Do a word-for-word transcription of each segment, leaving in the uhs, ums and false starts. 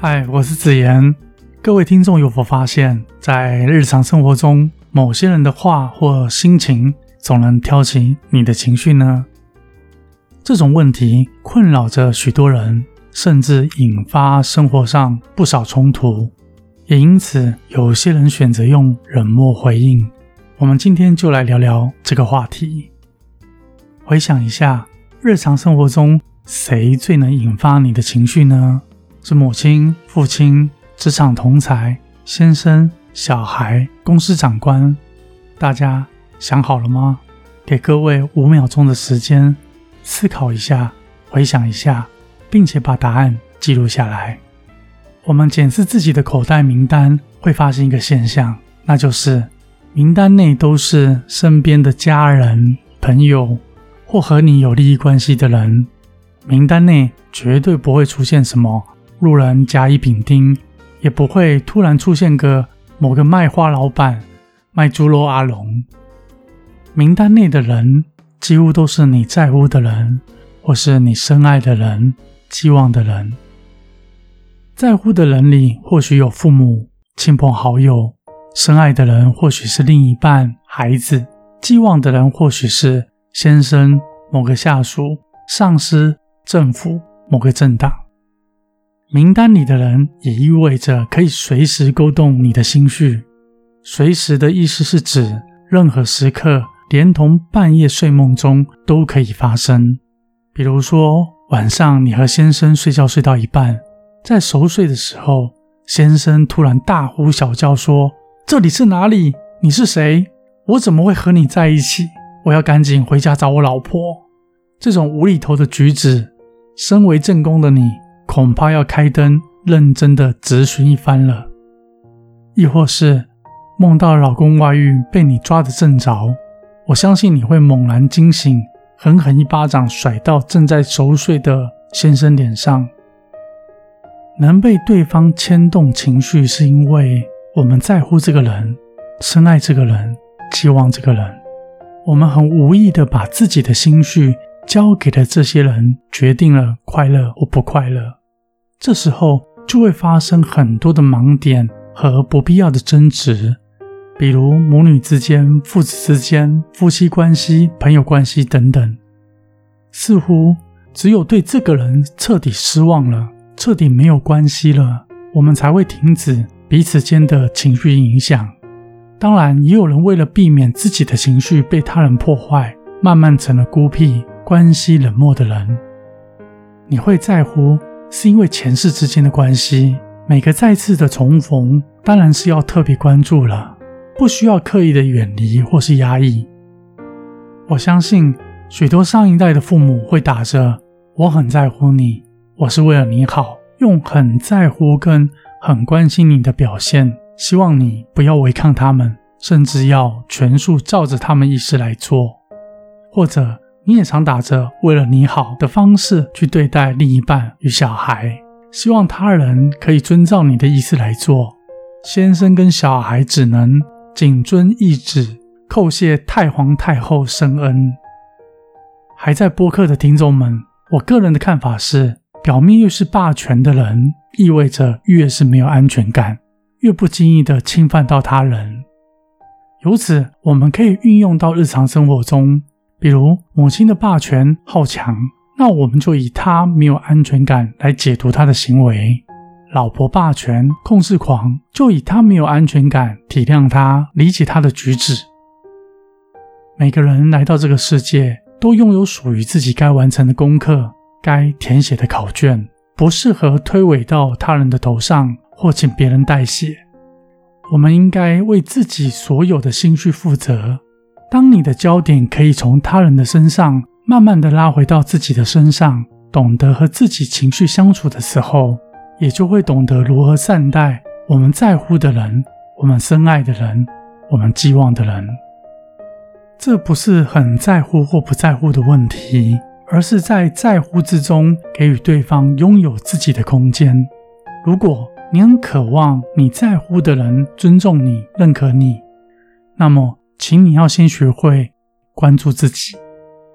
嗨，我是子言。各位听众有否发现，在日常生活中，某些人的话或心情总能挑起你的情绪呢？这种问题困扰着许多人，甚至引发生活上不少冲突，也因此有些人选择用冷漠回应。我们今天就来聊聊这个话题。回想一下，日常生活中谁最能引发你的情绪呢？是母亲、父亲、职场同侪、先生、小孩、公司长官？大家想好了吗？给各位五秒钟的时间思考一下，回想一下，并且把答案记录下来。我们检视自己的口袋名单，会发现一个现象，那就是名单内都是身边的家人、朋友或和你有利益关系的人。名单内绝对不会出现什么路人甲乙丙丁，也不会突然出现个某个卖花老板、卖猪肉阿龙。名单内的人几乎都是你在乎的人，或是你深爱的人、寄望的人。在乎的人里或许有父母、亲朋好友，深爱的人或许是另一半、孩子，寄望的人或许是先生、某个下属、上司、政府、某个政党。名单里的人也意味着可以随时勾动你的心绪。随时的意思是指任何时刻，连同半夜睡梦中都可以发生。比如说，晚上你和先生睡觉睡到一半，在熟睡的时候，先生突然大呼小叫说：这里是哪里？你是谁？我怎么会和你在一起？我要赶紧回家找我老婆。这种无厘头的举止，身为正宫的你恐怕要开灯认真的质询一番了。亦或是梦到老公外遇被你抓得正着，我相信你会猛然惊醒，狠狠一巴掌甩到正在熟睡的先生脸上。能被对方牵动情绪，是因为我们在乎这个人，深爱这个人，期望这个人。我们很无意的把自己的心绪交给了这些人，决定了快乐或不快乐。这时候就会发生很多的盲点和不必要的争执，比如母女之间、父子之间、夫妻关系、朋友关系等等。似乎只有对这个人彻底失望了，彻底没有关系了，我们才会停止彼此间的情绪影响。当然，也有人为了避免自己的情绪被他人破坏，慢慢成了孤僻、关系冷漠的人。你会在乎，是因为前世之间的关系，每个再次的重逢，当然是要特别关注了，不需要刻意的远离或是压抑。我相信许多上一代的父母会打着我很在乎你，我是为了你好，用很在乎跟很关心你的表现，希望你不要违抗他们，甚至要全数照着他们意思来做。或者你也常打着为了你好的方式去对待另一半与小孩，希望他人可以遵照你的意思来做。先生跟小孩只能谨遵懿旨，叩谢太皇太后圣恩。还在播客的听众们，我个人的看法是，表面越是霸权的人，意味着越是没有安全感，越不经意地侵犯到他人。由此我们可以运用到日常生活中，比如母亲的霸权好强，那我们就以她没有安全感来解读她的行为。老婆霸权控制狂，就以她没有安全感体谅她，理解她的举止。每个人来到这个世界，都拥有属于自己该完成的功课，该填写的考卷，不适合推诿到他人的头上或请别人代写。我们应该为自己所有的心绪负责。当你的焦点可以从他人的身上慢慢的拉回到自己的身上，懂得和自己情绪相处的时候，也就会懂得如何善待我们在乎的人，我们深爱的人，我们寄望的人。这不是很在乎或不在乎的问题，而是在在乎之中给予对方拥有自己的空间。如果你很渴望你在乎的人尊重你、认可你，那么请你要先学会关注自己。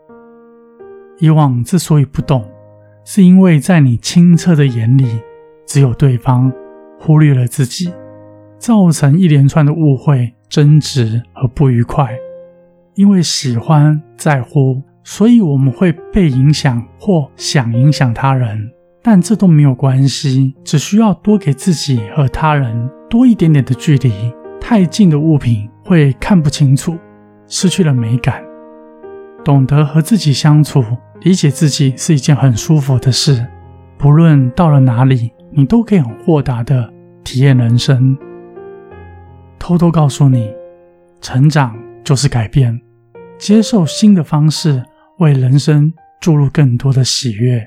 以往之所以不懂，是因为在你清澈的眼里只有对方，忽略了自己，造成一连串的误会、争执和不愉快。因为喜欢、在乎，所以我们会被影响或想影响他人，但这都没有关系，只需要多给自己和他人多一点点的距离。太近的物品会看不清楚，失去了美感。懂得和自己相处，理解自己是一件很舒服的事。不论到了哪里，你都可以很豁达的体验人生。偷偷告诉你，成长就是改变，接受新的方式，为人生注入更多的喜悦。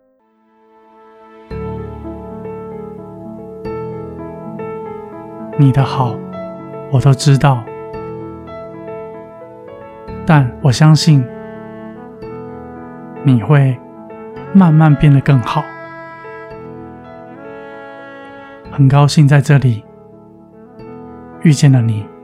你的好，我都知道，但我相信你会慢慢变得更好。很高兴在这里遇见了你。